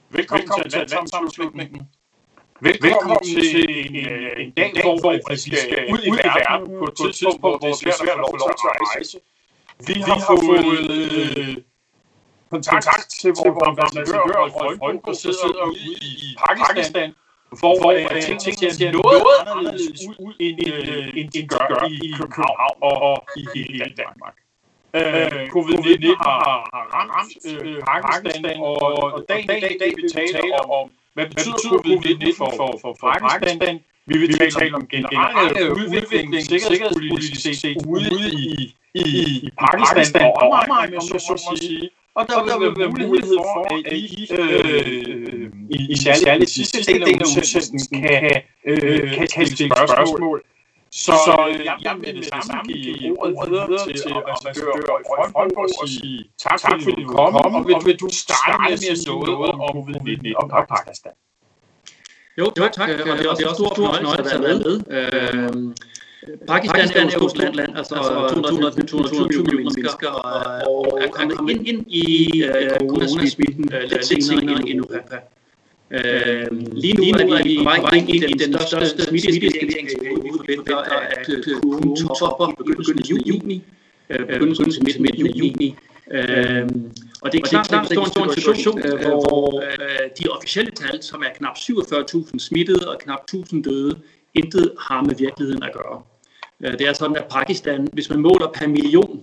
Velkommen til Atlantsammenslutningen. Velkommen til en dag, hvor vi skal ud i verden på et tidspunkt, hvor det er svært at få lov til at rejse. Vi har fået kontakt til vores ambassadør og Frønbo, der sidder ude i Pakistan, hvor ting ser noget anderledes ud, end de gør i København og i hele Danmark. Covid-19 har ramt Pakistan, og dagen i dag vil vi tale om, hvad betyder Covid-19 for Pakistan. Vi vil tale om generelle udvikling, sikkerhedspolitisk set ude i Pakistan og omegn, om jeg så må sige. Og der vil være mulighed for, at I særligt sidste del af udsendelsen kan stille spørgsmål. Så jeg vil med det samme give ordet videre til ambassadør Frønbo og sige tak fordi du kom, og vil du starte med at sige noget om Covid-19 og Pakistan? Jo, tak. Og det er også stor fornøjelse at være med. Pakistan er jo et stort land, altså 220 millioner mennesker, og er kommet ind i coronasmitten lidt senere end Europa. Lige nu er vi på vej ind i den største smitteeskalering, vi forventer, at kurven topper begyndelsen af juni, begyndelsen til midten af juni. Og det er klart, at vi står i en situation, hvor de officielle tal, som er knap 47.000 smittede og knap 1.000 døde, intet har med virkeligheden at gøre. Det er sådan, at Pakistan, hvis man måler per million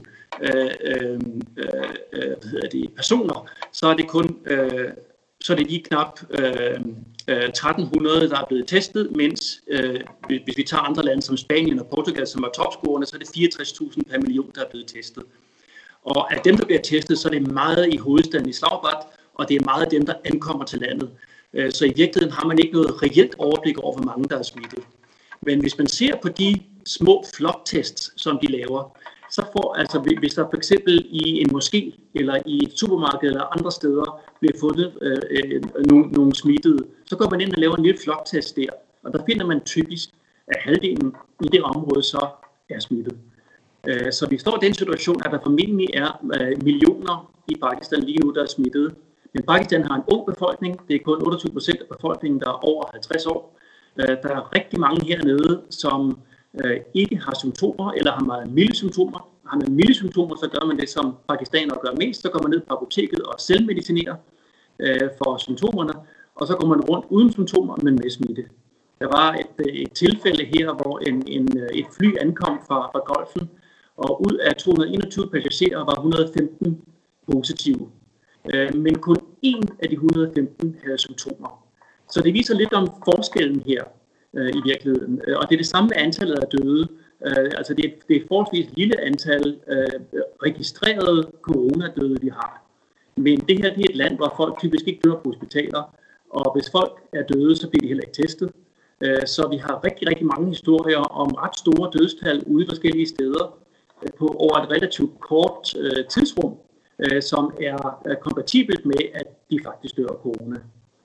personer, så er det kun så er det lige knap 1300, der er blevet testet, mens hvis vi tager andre lande som Spanien og Portugal, som er topscorerne, så er det 64.000 per million, der er blevet testet. Og af dem, der bliver testet, så er det meget i hovedstaden Islamabad, og det er meget af dem, der ankommer til landet. Så i virkeligheden har man ikke noget reelt overblik over, hvor mange der er smittet. Men hvis man ser på de små floktests, som de laver, så får altså, hvis der for eksempel i en moské eller i et supermarked eller andre steder bliver fundet nogle smittede, så går man ind og laver en lille floktest der, og der finder man typisk, at halvdelen i det område så er smittet. Så vi står i den situation, at der formentlig er millioner i Pakistan lige nu, der er smittede. Men Pakistan har en ung befolkning, det er kun 28% af befolkningen, der er over 50 år. Der er rigtig mange hernede, som ikke har symptomer, eller har meget milde symptomer. Har man milde symptomer, så gør man det, som pakistanere gør mest. Så går man ned på apoteket og selvmedicinerer for symptomerne, og så går man rundt uden symptomer, men med smitte. Der var et tilfælde her, hvor et fly ankom fra Golfen, og ud af 221 passagerer var 115 positive. Men kun én af de 115 havde symptomer. Så det viser lidt om forskellen her i virkeligheden. Og det er det samme med antallet af døde. Altså det er et forholdsvis lille antal registrerede coronadøde, vi har. Men det her det er et land, hvor folk typisk ikke dør på hospitaler. Og hvis folk er døde, så bliver de heller ikke testet. Så vi har rigtig, rigtig mange historier om ret store dødstal ude i forskellige steder på over et relativt kort tidsrum, som er kompatibelt med, at de faktisk dør af corona.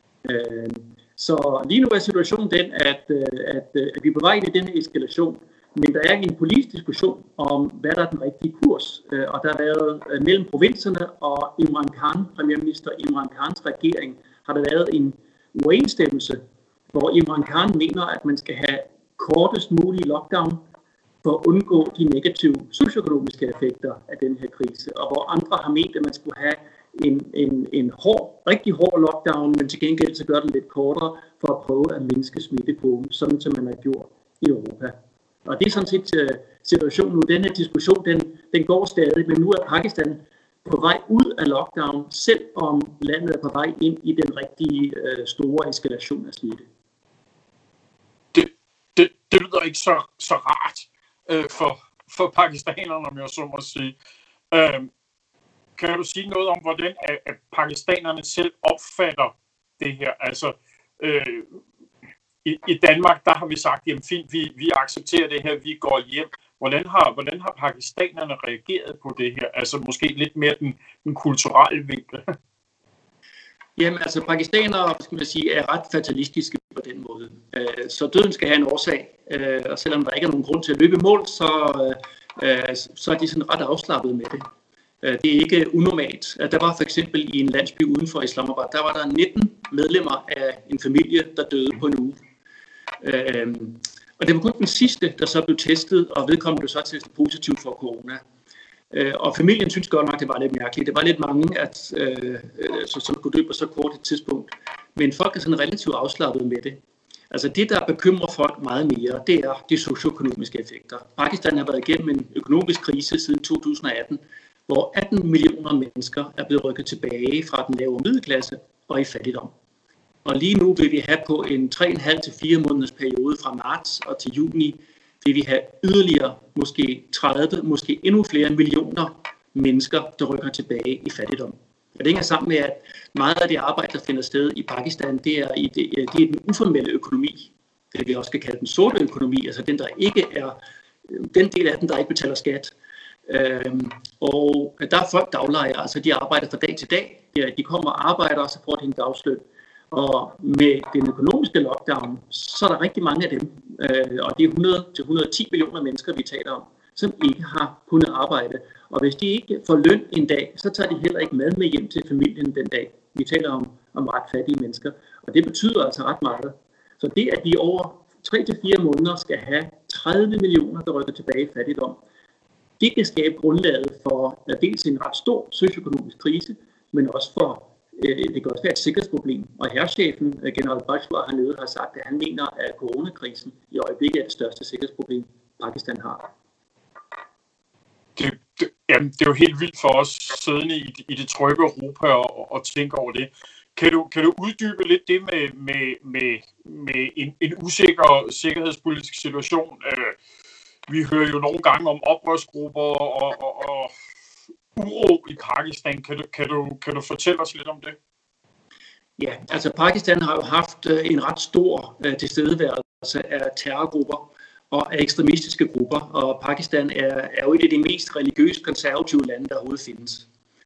Så lige nu er situationen den, at vi er på vej i denne eskalation, men der er en politisk diskussion om, hvad der er den rigtige kurs. Og der har været mellem provinserne og Imran Khan, premierminister Imran Khans regering, har der været en uoverensstemmelse, hvor Imran Khan mener, at man skal have kortest mulig lockdown for at undgå de negative socioøkonomiske effekter af den her krise, og hvor andre har ment, at man skulle have en rigtig hård lockdown, men til gengæld så gør det lidt kortere for at prøve at mindske smittebomben, sådan som man har gjort i Europa. Og det er sådan set situationen nu. Den her diskussion, den går stadig, men nu er Pakistan på vej ud af lockdown, selvom landet er på vej ind i den rigtige store eskalation af smitte. Det lyder ikke så rart for pakistanerne, om jeg så må sige. Kan du sige noget om, hvordan at pakistanerne selv opfatter det her? Altså, i Danmark, der har vi sagt, jamen fint, vi accepterer det her, vi går hjem. Hvordan har pakistanerne reageret på det her? Altså måske lidt mere den kulturelle vinkel. Jamen altså, pakistanere, skal man sige, er ret fatalistiske på den måde. Så døden skal have en årsag, og selvom der ikke er nogen grund til at løbe mål, så er de sådan ret afslappet med det. Det er ikke unormalt. Der var for eksempel i en landsby uden for Islamabad, der var der 19 medlemmer af en familie, der døde på en uge. Og det var kun den sidste, der så blev testet, og vedkommende blev så testet positivt for corona. Og familien synes godt nok, det var lidt mærkeligt. Det var lidt mange, som kunne dø på så kort et tidspunkt. Men folk er sådan relativt afslappet med det. Altså det, der bekymrer folk meget mere, det er de socioøkonomiske effekter. Pakistan har været igennem en økonomisk krise siden 2018, hvor 18 millioner mennesker er blevet rykket tilbage fra den lavere middelklasse og i fattigdom. Og lige nu vil vi have på en 3,5 til 4 måneders periode fra marts og til juni, vil vi have yderligere måske 30, måske endnu flere millioner mennesker, der rykker tilbage i fattigdom. Og det hænger sammen med, at meget af det arbejde, der finder sted i Pakistan, det er den uformelle økonomi. Det vi også skal kalde den sorte økonomi, altså den, der ikke er, den del af den, der ikke betaler skat. Og der er folk daglejere, altså de arbejder fra dag til dag. De kommer og arbejder, og så får de en dagsløn. Og med den økonomiske lockdown, så er der rigtig mange af dem, og det er 100-110 millioner mennesker, vi taler om, som ikke har kunnet arbejde. Og hvis de ikke får løn en dag, så tager de heller ikke mad med hjem til familien den dag. Vi taler om ret fattige mennesker, og det betyder altså ret meget. Så det, at vi over 3-4 måneder skal have 30 millioner, der rykker tilbage i fattigdom, det kan skabe grundlaget for dels en ret stor socioøkonomisk krise, men også for det kan også være et sikkerhedsproblem. Og herrechefen, general Bajwa hernede, har sagt, at han mener, at coronakrisen i øjeblikket er det største sikkerhedsproblem, Pakistan har. Det er jo helt vildt for os siddende i det trygge Europa og tænke over det. Kan du uddybe lidt det med en usikker sikkerhedspolitisk situation? Vi hører jo nogle gange om oprørsgrupper og uro i Pakistan. Kan du fortælle os lidt om det? Ja, altså Pakistan har jo haft en ret stor tilstedeværelse af terrorgrupper og af ekstremistiske grupper, og Pakistan er jo et af de mest religiøst konservative lande, der overhovedet findes.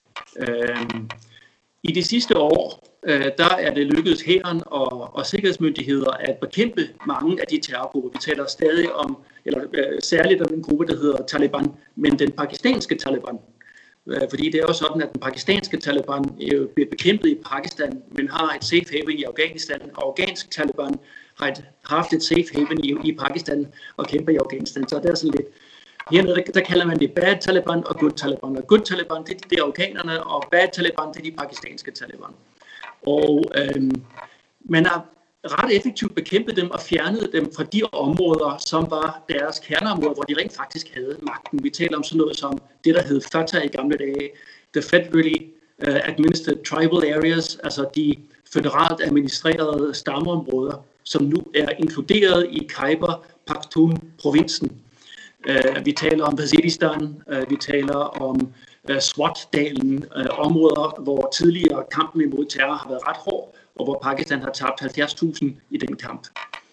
I de sidste år, der er det lykkedes hæren og sikkerhedsmyndigheder at bekæmpe mange af de terrorgrupper. Vi taler stadig om, eller særligt om en gruppe, der hedder Taliban, men den pakistanske Taliban. Fordi det er jo sådan, at den pakistanske Taliban bliver bekæmpet i Pakistan, men har et safe haven i Afghanistan, og afghansk Taliban har haft et safe haven i Pakistan og kæmper i Afghanistan. Så det er sådan lidt, hernede der kalder man det bad Taliban og good Taliban. Og good Taliban, det er afghanerne, og bad Taliban, det er de pakistanske Taliban. Og man har ret effektivt bekæmpet dem og fjernet dem fra de områder, som var deres kerneområder, hvor de rent faktisk havde magten. Vi taler om sådan noget som det, der hed FATA i gamle dage, the Federally Administered Tribal Areas, altså de føderalt administrerede stammeområder, som nu er inkluderet i Khyber Pakhtunkhwa-provinsen. Vi taler om Waziristan, vi taler om Swat-dalen, områder, hvor tidligere kampen imod terror har været ret hård, og hvor Pakistan har tabt 70.000 i den kamp.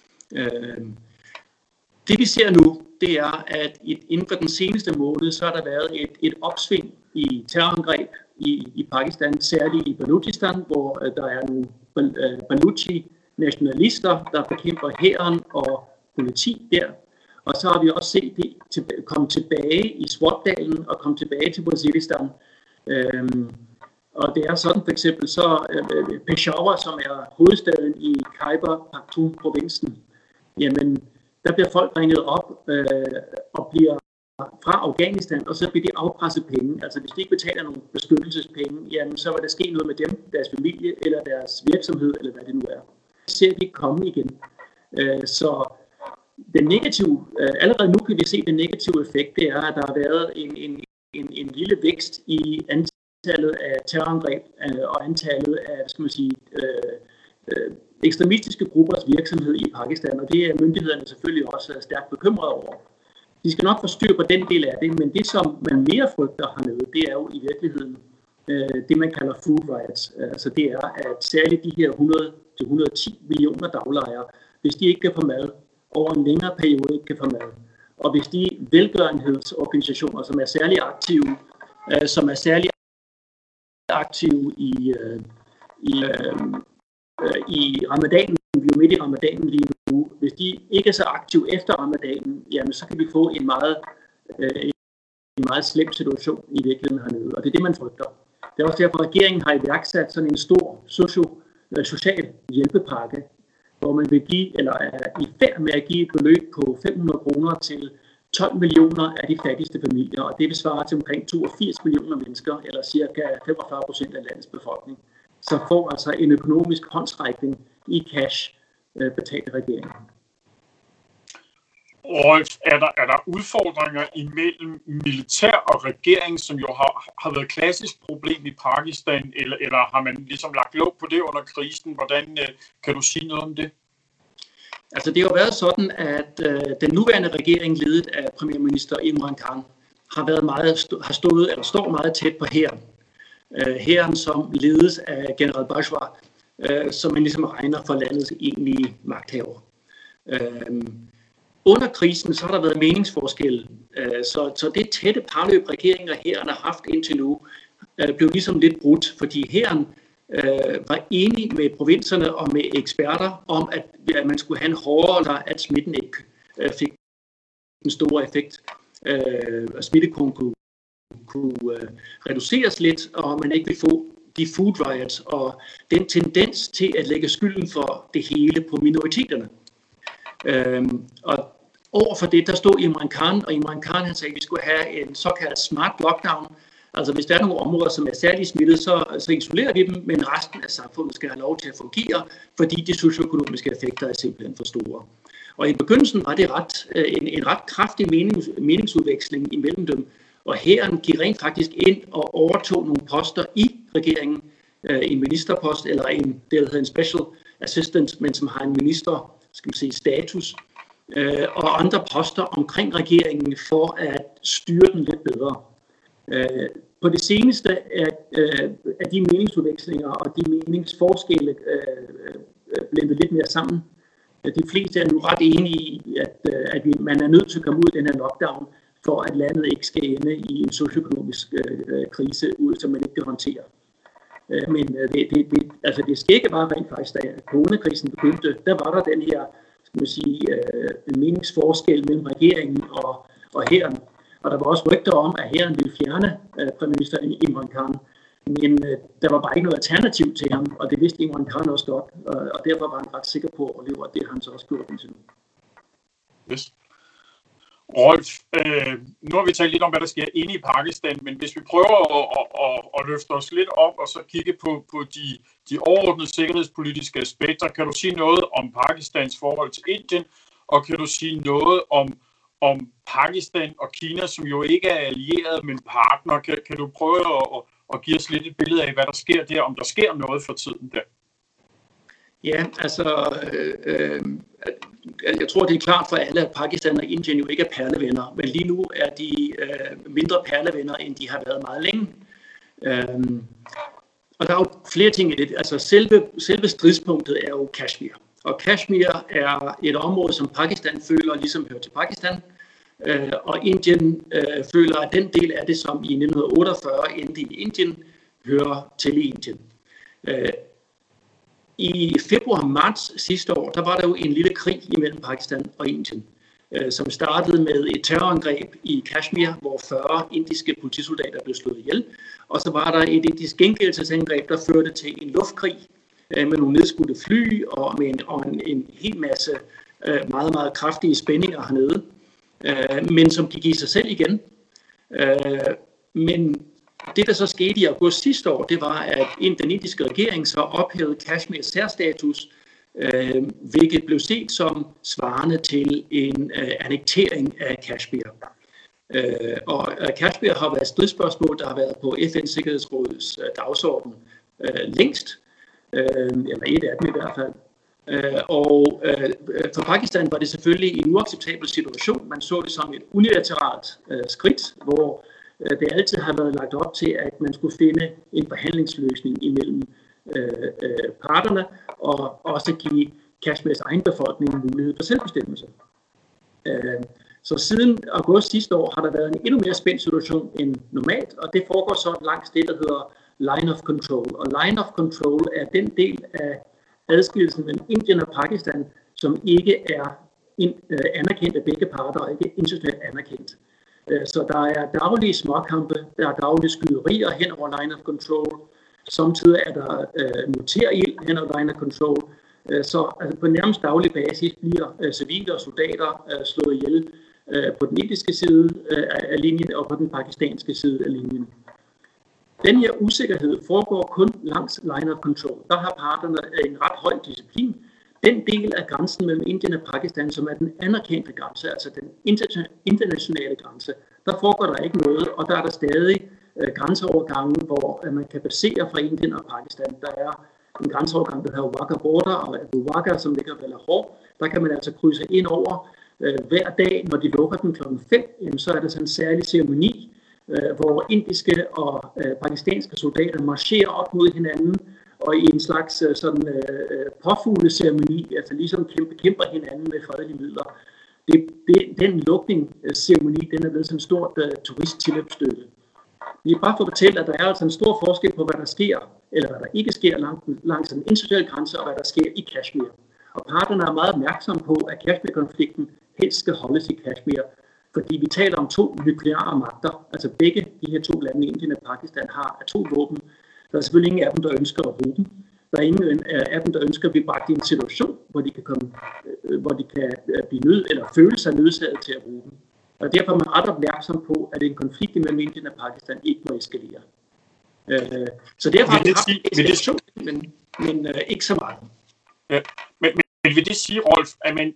Det vi ser nu, det er, at inden for den seneste måned, så har der været et opsving i terrorangreb i Pakistan, særligt i Balochistan, hvor der er nogle Baluchi-nationalister, der bekæmper hæren og politi der. Og så har vi også set det komme tilbage i Swat-dalen og komme tilbage til Waziristan. Og det er sådan for eksempel så Peshawar, som er hovedstaden i Khyber Pakhtunkhwa-provinsen, jamen der bliver folk ringet op og bliver fra Afghanistan, og så bliver de afpresset penge. Altså hvis de ikke betaler nogle beskyttelsespenge, jamen så vil der ske noget med dem, deres familie eller deres virksomhed, eller hvad det nu er. Så ser de komme igen. Så den negative, allerede nu kan vi se den negative effekt, det er, at der har været en lille vækst i antallet af terrorangreb og antallet af, ekstremistiske gruppers virksomhed i Pakistan, og det er myndighederne selvfølgelig også stærkt bekymrede over. De skal nok få styr på den del af det, men det, som man mere frygter hernede, det er jo i virkeligheden det, man kalder food riots. Altså det er, at særligt de her 100-110 millioner daglejere, hvis de ikke kan få mad, over en længere periode ikke kan få mad, og hvis de velgørenhedsorganisationer, som er særlig aktive i ramadanen, vi er jo midt i ramadanen lige nu, hvis de ikke er så aktive efter ramadanen, jamen så kan vi få en meget slem situation i virkeligheden hernede, og det er det, man frygter. Det er også derfor, at regeringen har iværksat sådan en stor social hjælpepakke, hvor man vil give, eller er i færd med at give et beløb på 500 kroner til 12 millioner af de fattigste familier, og det vil svare til omkring 82 millioner mennesker, eller cirka 45% af landets befolkning, som får altså en økonomisk håndsrækning i cash betalt af regeringen. Rolf, er der udfordringer imellem militær og regering, som jo har været et klassisk problem i Pakistan, eller har man ligesom lagt låg på det under krisen? Hvordan kan du sige noget om det? Altså det har jo været sådan, at den nuværende regering, ledet af premierminister Imran Khan, står meget tæt på hæren. Hæren, som ledes af general Bajwa, som man ligesom regner for landets egentlige magthaver. Under krisen så har der været meningsforskelle, så det tætte parløb, regeringen og hæren har haft indtil nu, blev ligesom lidt brudt, fordi hæren var enig med provinserne og med eksperter om, at man skulle have en hårdere, at smitten ikke fik en stor effekt. Smittekurven kunne reduceres lidt, og man ikke ville få de food riots og den tendens til at lægge skylden for det hele på minoriteterne. Og overfor det, der stod Imran Khan, og Imran Khan han sagde, at vi skulle have en såkaldt smart lockdown. Altså hvis der er nogle områder, som er særligt smittet, så isolerer vi dem, men resten af samfundet skal have lov til at fungere, fordi de socioøkonomiske effekter er simpelthen for store. Og i begyndelsen var det en ret kraftig meningsudveksling imellem dem, og hæren gik rent faktisk ind og overtog nogle poster i regeringen, en ministerpost eller det hedder en special assistant, men som har en minister, skal man sige, status, og andre poster omkring regeringen for at styre den lidt bedre. På det seneste er de meningsudvekslinger og de meningsforskelle blendet lidt mere sammen. De fleste er nu ret enige i, at man er nødt til at komme ud af den her lockdown, for at landet ikke skal ende i en socioøkonomisk krise, ud som man ikke kan håndtere. Men det skægge var rent faktisk, da coronakrisen begyndte, der var der den her, skal man sige, meningsforskel mellem regeringen og hæren. Og der var også rygter om, at hæren ville fjerne premierminister Imran Khan. Men der var bare ikke noget alternativ til ham, og det vidste Imran Khan også godt. Og derfor var han ret sikker på at overleve, og det har han så også gjort indtil nu. Yes. Rolf, nu har vi talt lidt om, hvad der sker inde i Pakistan, men hvis vi prøver at løfte os lidt op og så kigge på de overordnede sikkerhedspolitiske aspekter, kan du sige noget om Pakistans forhold til Indien, og kan du sige noget om Pakistan og Kina, som jo ikke er allierede, men partner? Kan du prøve at give os lidt et billede af, hvad der sker der, om der sker noget for tiden der? Ja, altså, jeg tror, det er klart for alle, at Pakistan og Indien jo ikke er perlevenner, men lige nu er de mindre perlevenner, end de har været meget længe. Og der er jo flere ting i det. Altså, selve stridspunktet er jo Kashmir. Og Kashmir er et område, som Pakistan føler ligesom hører til Pakistan, og Indien føler, at den del af det, som i 1948 endte i Indien, hører til Indien. I februar-marts sidste år, der var der jo en lille krig imellem Pakistan og Indien, som startede med et terrorangreb i Kashmir, hvor 40 indiske politisoldater blev slået ihjel. Og så var der et indisk gengældelsesangreb, der førte til en luftkrig med nogle nedskudte fly og en hel masse meget, meget kraftige spændinger hernede, men som gik i sig selv igen. Men det, der så skete i august sidste år, det var, at den indiske regering så ophævede Kashmirs særstatus, hvilket blev set som svarende til en annektering af Kashmir. Og Kashmir har været et stridsspørgsmål, der har været på FN's Sikkerhedsrådets dagsorden længst, eller et af dem i hvert fald. Og for Pakistan var det selvfølgelig en uacceptabel situation. Man så det som et unilateralt skridt, hvor det altid har været lagt op til, at man skulle finde en forhandlingsløsning imellem parterne, og også give Kashmirs egen befolkning mulighed for selvbestemmelse. Så siden august sidste år har der været en endnu mere spændt situation end normalt, og det foregår så langs det, der hedder line of control. Og line of control er den del af adskillelsen mellem Indien og Pakistan, som ikke er anerkendt af begge parter og ikke internationalt anerkendt. Så der er daglige småkampe, der er daglige skyderier hen over line of control, Samtidig er der morterild hen over line of control. Så altså, på nærmest daglig basis bliver civile og soldater slået ihjel på den indiske side af linjen og på den pakistanske side af linjen. Den her usikkerhed foregår kun langs line of control. Der har parterne en ret høj disciplin. Den del af grænsen mellem Indien og Pakistan, som er den anerkendte grænse, altså den internationale grænse, der foregår der ikke noget, og der er der stadig grænseovergange, hvor man kan passere fra Indien og Pakistan. Der er en grænseovergang, der hedder Wagah Border, og Abu Wagah, som ligger ved Lahore. Der kan man altså krydse ind over hver dag, når de lukker den klokken 5, så er der sådan en særlig ceremoni, hvor indiske og pakistanske soldater marcherer op mod hinanden, og i en slags påfugleceremoni, altså ligesom kæmper hinanden med fredelige midler. Den lukningsceremoni, den er blevet sådan et stort turisttilløbsstykke. Vi er bare for at fortælle, at der er altså en stor forskel på, hvad der sker, eller hvad der ikke sker langs den internationale grænse, og hvad der sker i Kashmir. Og parterne er meget opmærksomme på, at Kashmir-konflikten helst skal holdes i Kashmir, fordi vi taler om 2 nukleare magter. Altså begge de her 2 lande, Indien og Pakistan, har atomvåben. Der er selvfølgelig ingen af dem, der ønsker at bruge dem. Der er ingen af dem, der ønsker at blive bragt i en situation, hvor de kan blive eller føle sig nødsaget til at bruge dem. Og derfor er man ret opmærksom på, at en konflikt mellem Indien og Pakistan ikke må eskalere. Så derfor har vi haft en eskalation, men ikke så meget. Ja, men vil det sige, Rolf, at man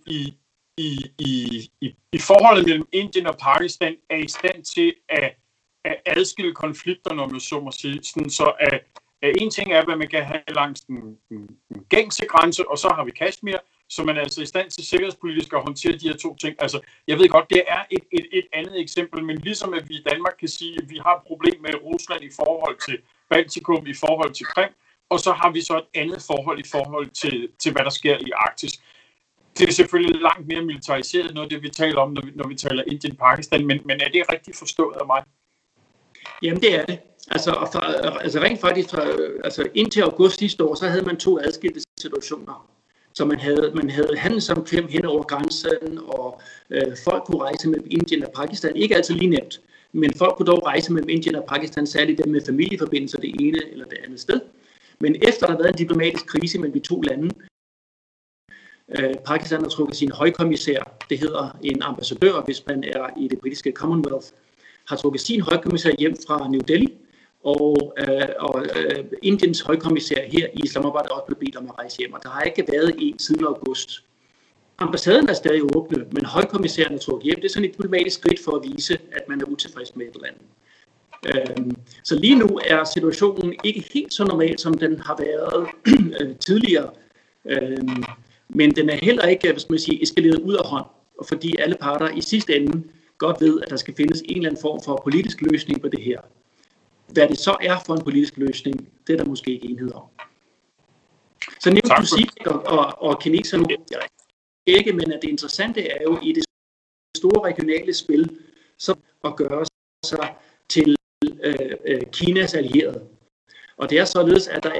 i forholdet mellem Indien og Pakistan er i stand til at adskille konflikter, når man så må sige, sådan så at en ting er, hvad man kan have langs den gængse grænse, og så har vi Kashmir, så man er altså i stand til sikkerhedspolitisk at håndtere de her 2 ting. Altså, jeg ved godt, det er et andet eksempel, men ligesom at vi i Danmark kan sige, at vi har et problem med Rusland i forhold til Baltikum, i forhold til Krim, og så har vi så et andet forhold i forhold til hvad der sker i Arktis. Det er selvfølgelig langt mere militariseret, noget af det, vi taler om, når vi taler Indien-Pakistan, men er det rigtigt forstået af mig? Jamen, det er det. Altså rent faktisk, indtil august sidste år, så havde man 2 adskilte situationer. Så man havde handelssamkvem hen over grænsen, og folk kunne rejse mellem Indien og Pakistan. Ikke altid lige nemt, men folk kunne dog rejse mellem Indien og Pakistan, særligt dem med familieforbindelser det ene eller det andet sted. Men efter der har været en diplomatisk krise mellem de 2 lande, Pakistan har trukket sin højkommissær, det hedder en ambassadør, hvis man er i det britiske Commonwealth, har trukket sin højkommissær hjem fra New Delhi, og Indiens højkommissær her i Islamabad er også blevet bedt om at rejse hjem, og der har ikke været en siden august. Ambassaden er stadig åbne, men højkommissæren er trukket hjem. Det er sådan et diplomatisk skridt for at vise, at man er utilfreds med et land. Så lige nu er situationen ikke helt så normal, som den har været tidligere, men den er heller ikke, eskaleret ud af hånd, fordi alle parter i sidste ende godt ved, at der skal findes en eller anden form for politisk løsning på det her. Hvad det så er for en politisk løsning, det er der måske ikke enighed om. Så nævnt du CIPEC og kineserne ikke, men at det interessante er jo i det store regionale spil, så at gøre sig til Kinas allierede. Og det er således, at der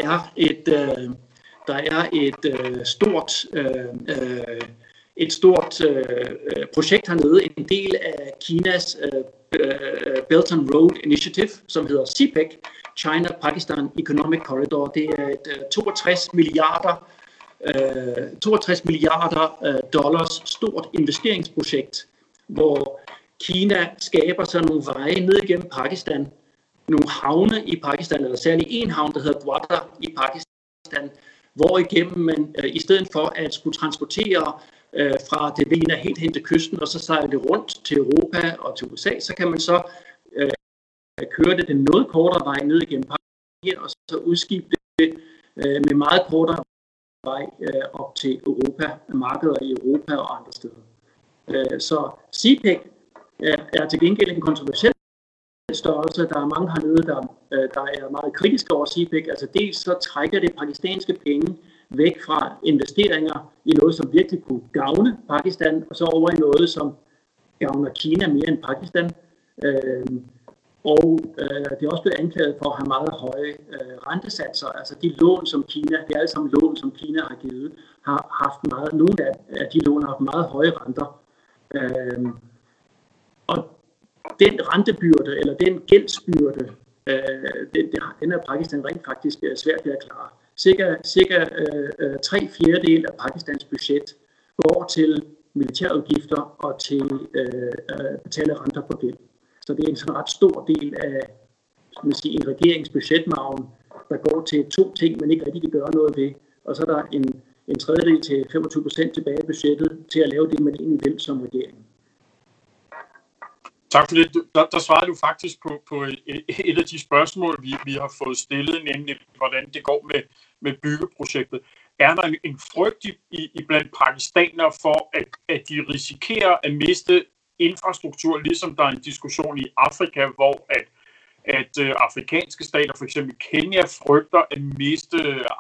er et stort projekt hernede, en del af Kinas Belt and Road Initiative, som hedder CIPEC, China-Pakistan Economic Corridor. Det er et 62 milliarder dollars stort investeringsprojekt, hvor Kina skaber sig nogle veje ned igennem Pakistan, nogle havne i Pakistan, eller særligt en havn, der hedder Gwadar i Pakistan, hvor igennem man i stedet for at skulle transportere fra det ligner helt hen til kysten, og så sejler det rundt til Europa og til USA, så kan man så køre det den noget kortere vej ned igennem Pakistan, og så udskibe det med meget kortere vej op til Europa, markeder i Europa og andre steder. Så CIPEC er til gengæld en kontroversiel størrelse. Der er mange hernede, der er meget kritiske over CIPEC. Altså dels så trækker det pakistanske penge væk fra investeringer i noget, som virkelig kunne gavne Pakistan, og så over i noget, som gavner Kina mere end Pakistan. Og det er også blevet anklaget for at have meget høje rentesatser. Altså de lån, som Kina, det er alle sammen lån, som Kina har givet, har haft meget, nogle af de lån har haft meget høje renter. Og den rentebyrde, eller den gældsbyrde, den er Pakistan rent faktisk svært ved at klare. Cirka 3/4 af Pakistans budget går til militærudgifter og til betale renter på gæld. Så det er en sådan ret stor del af en regeringsbudgetmargen, der går til 2 ting, man ikke rigtig kan gøre noget ved. Og så er der en tredjedel til 25% tilbage i budgettet til at lave det, man egentlig vil som regering. Tak for det. Der svarede du faktisk på et af de spørgsmål, vi har fået stillet, nemlig hvordan det går med byggeprojektet. Er der en frygt i blandt pakistanere for, at de risikerer at miste infrastruktur, ligesom der er en diskussion i Afrika, hvor at afrikanske stater, f.eks. Kenya, frygter at miste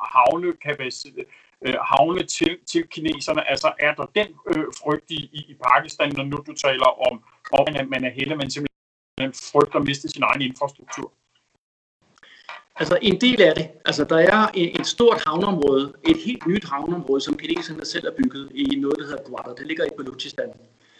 havne til kineserne? Altså er der den frygt i Pakistan, når nu du taler om at man er heldig, man simpelthen frygter at miste sin egen infrastruktur? Altså en del af det. Altså der er et stort havneområde, et helt nyt havneområde, som kineserne selv har bygget i noget, der hedder Gwadar. Det ligger i Balochistan.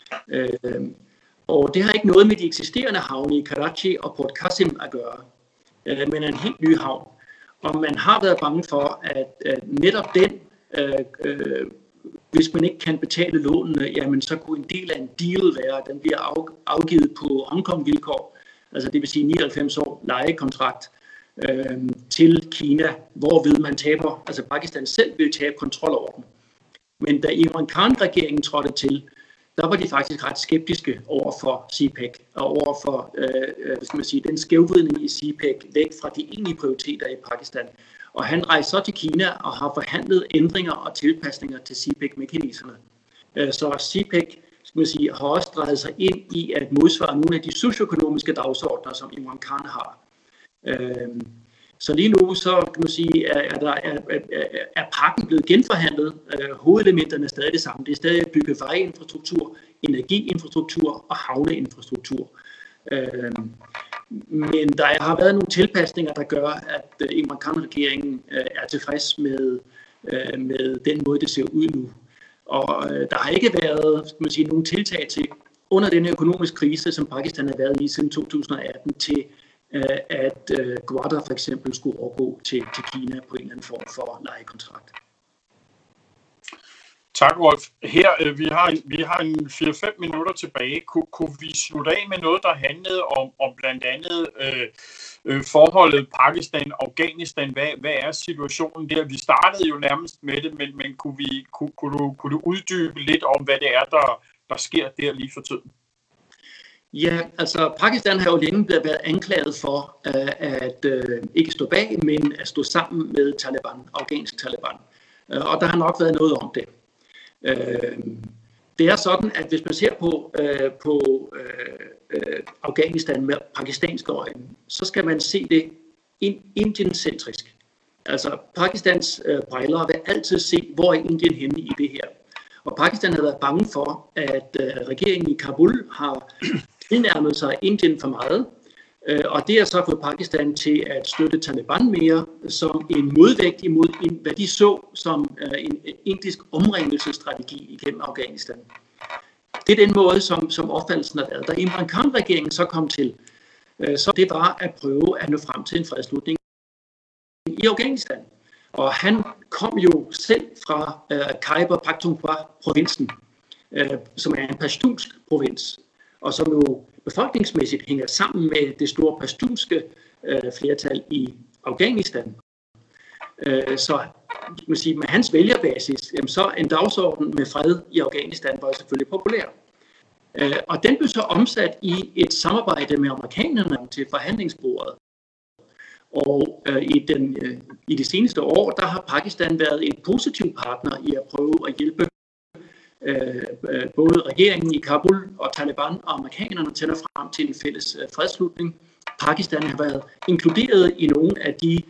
Og det har ikke noget med de eksisterende havne i Karachi og Port Qasim at gøre, men en helt ny havn. Og man har været bange for, at netop den, hvis man ikke kan betale lånene, jamen så kunne en del af en deal være, at den bliver afgivet på Hongkong-vilkår, altså det vil sige 99 år lejekontrakt til Kina, hvorved man taber, altså Pakistan selv vil tabe kontrol over dem. Men da Imran Khan-regeringen trådte til, der var de faktisk ret skeptiske over for CPEC og over for den skævvridning i CPEC væk fra de egentlige prioriteter i Pakistan. Og han rejste så til Kina og har forhandlet ændringer og tilpasninger til CPEC med kineserne. Så CPEC har også drejet sig ind i at modsvare nogle af de socioøkonomiske dagsordner, som Imran Khan har. Så lige nu så kan man sige, er pakken blevet genforhandlet. Hovedelementerne er stadig det samme. Det er stadig at bygge vejinfrastruktur, energiinfrastruktur og havneinfrastruktur. Men der har været nogle tilpasninger, der gør, at Imran Khan-regeringen er tilfreds med den måde, det ser ud nu. Og der har ikke været nogle tiltag til under den økonomiske krise, som Pakistan har været i siden 2018, til at Gwadar for eksempel skulle overgå til Kina på en eller anden form for lejekontrakt. Tak, Rolf. Her, vi har en 4-5 minutter tilbage. Kunne vi slutte af med noget, der handlede om blandt andet forholdet Pakistan-Afghanistan? Hvad er situationen der? Vi startede jo nærmest med det, men kunne du uddybe lidt om, hvad det er, der sker der lige for tiden? Ja, altså Pakistan har jo længe været anklaget for at ikke stå bag, men at stå sammen med Taliban, afghansk Taliban. Og der har nok været noget om det. Det er sådan, at hvis man ser på Afghanistan med pakistanske øjne, så skal man se det Indien-centrisk. Altså Pakistans briller vil altid se, hvor er Indien henne i det her. Og Pakistan har været bange for, at regeringen i Kabul har tilnærmet sig Indien for meget, og det har så fået Pakistan til at støtte Taliban mere som en modvægt imod, hvad de så som en indisk omringelsesstrategi igennem Afghanistan. Det er den måde, som opfattelsen har været. Da Imran Khan-regeringen så kom til, så det var at prøve at nå frem til en fredsslutning i Afghanistan. Og han kom jo selv fra Khyber Pakhtunkhwa-provinsen, som er en pashtunsk provins, og som jo befolkningsmæssigt hænger sammen med det store pashtunske flertal i Afghanistan. Så man sige, med hans vælgerbasis, så en dagsorden med fred i Afghanistan var selvfølgelig populær. Og den blev så omsat i et samarbejde med amerikanerne til forhandlingsbordet. Og i de seneste år, der har Pakistan været en positiv partner i at prøve at hjælpe både regeringen i Kabul og Taliban og amerikanerne til at nå frem til en fælles fredsslutning. Pakistan har været inkluderet i nogle af de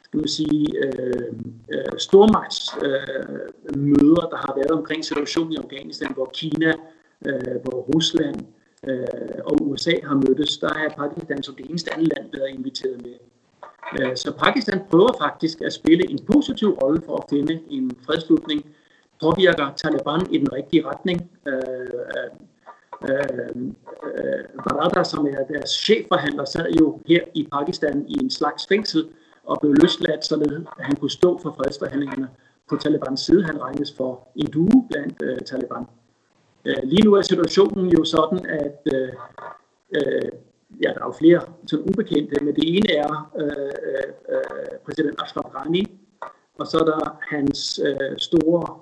stormagtsmøder, der har været omkring situationen i Afghanistan, hvor Kina, hvor Rusland og USA har mødtes. Der er Pakistan som det eneste andet land været inviteret med. Så Pakistan prøver faktisk at spille en positiv rolle for at finde en fredsslutning, påvirker Taliban i den rigtige retning. Baradar, som er deres chefforhandler, sad jo her i Pakistan i en slags fængsel og blev løsladt, således at han kunne stå for fredsforhandlingerne på Talibans side. Han regnes for en due blandt Taliban. Lige nu er situationen jo sådan, at der er jo flere sådan ubekendte, men det ene er præsident Ashraf Ghani, og så er der hans store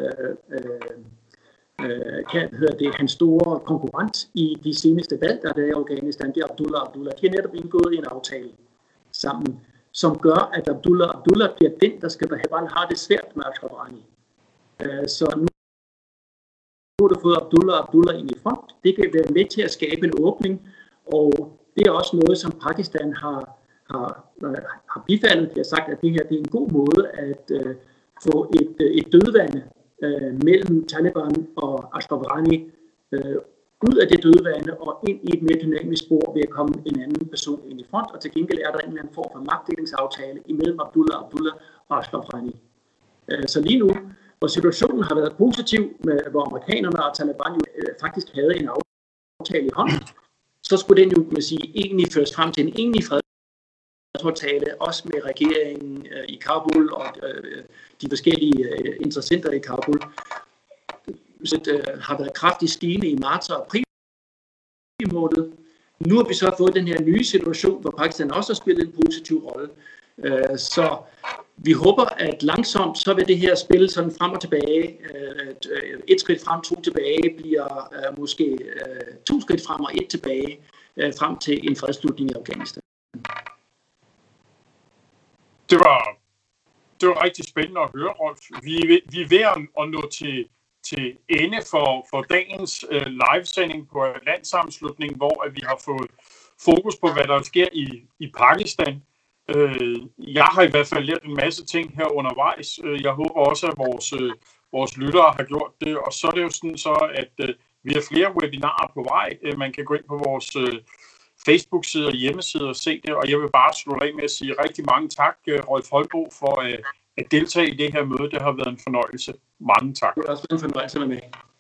hans store konkurrent i de seneste valg, der er i Afghanistan, det er Abdullah Abdullah. De har netop indgået en aftale sammen, som gør, at Abdullah Abdullah bliver den, der skal have det svært med Ashraf Ghani. Så nu har du fået Abdullah Abdullah ind i front. Det kan være med til at skabe en åbning, og det er også noget, som Pakistan har bifaldet. De har sagt, at det her det er en god måde at få et dødvande mellem Taliban og Ashraf Ghani ud af det dødvande og ind i et mere dynamisk spor ved at komme en anden person ind i front. Og til gengæld er der en eller anden form for magtdelingsaftale imellem Abdullah Abdullah og Ashraf Ghani. Så lige nu, hvor situationen har været positiv, hvor amerikanerne og Taliban jo faktisk havde en aftale i hånden, så skulle den jo, kan man sige, egentlig føres frem til en egentlig fredsaftale, også med regeringen i Kabul og de forskellige interessenter i Kabul. Så det har været kraftigt stigende i marts og april måned. Nu har vi så fået den her nye situation, hvor Pakistan også har spillet en positiv rolle. Så vi håber, at langsomt så vil det her spil sådan frem og tilbage, et skridt frem, 2 tilbage, bliver måske 2 skridt frem og 1 tilbage, frem til en fredsslutning i Afghanistan. Det var rigtig spændende at høre, Rolf. Vi er ved at nå til ende for dagens livesending på Landssammenslutningen, hvor vi har fået fokus på, hvad der sker i Pakistan. Jeg har i hvert fald lært en masse ting her undervejs. Jeg håber også, at vores lyttere har gjort det. Og så er det jo sådan så, at vi har flere webinarer på vej. Man kan gå ind på vores Facebook-side og hjemmeside og se det. Og jeg vil bare slutte af med at sige rigtig mange tak, Rolf Holbo, for at deltage i det her møde. Det har været en fornøjelse. Mange tak. Det har også været en fornøjelse med mig.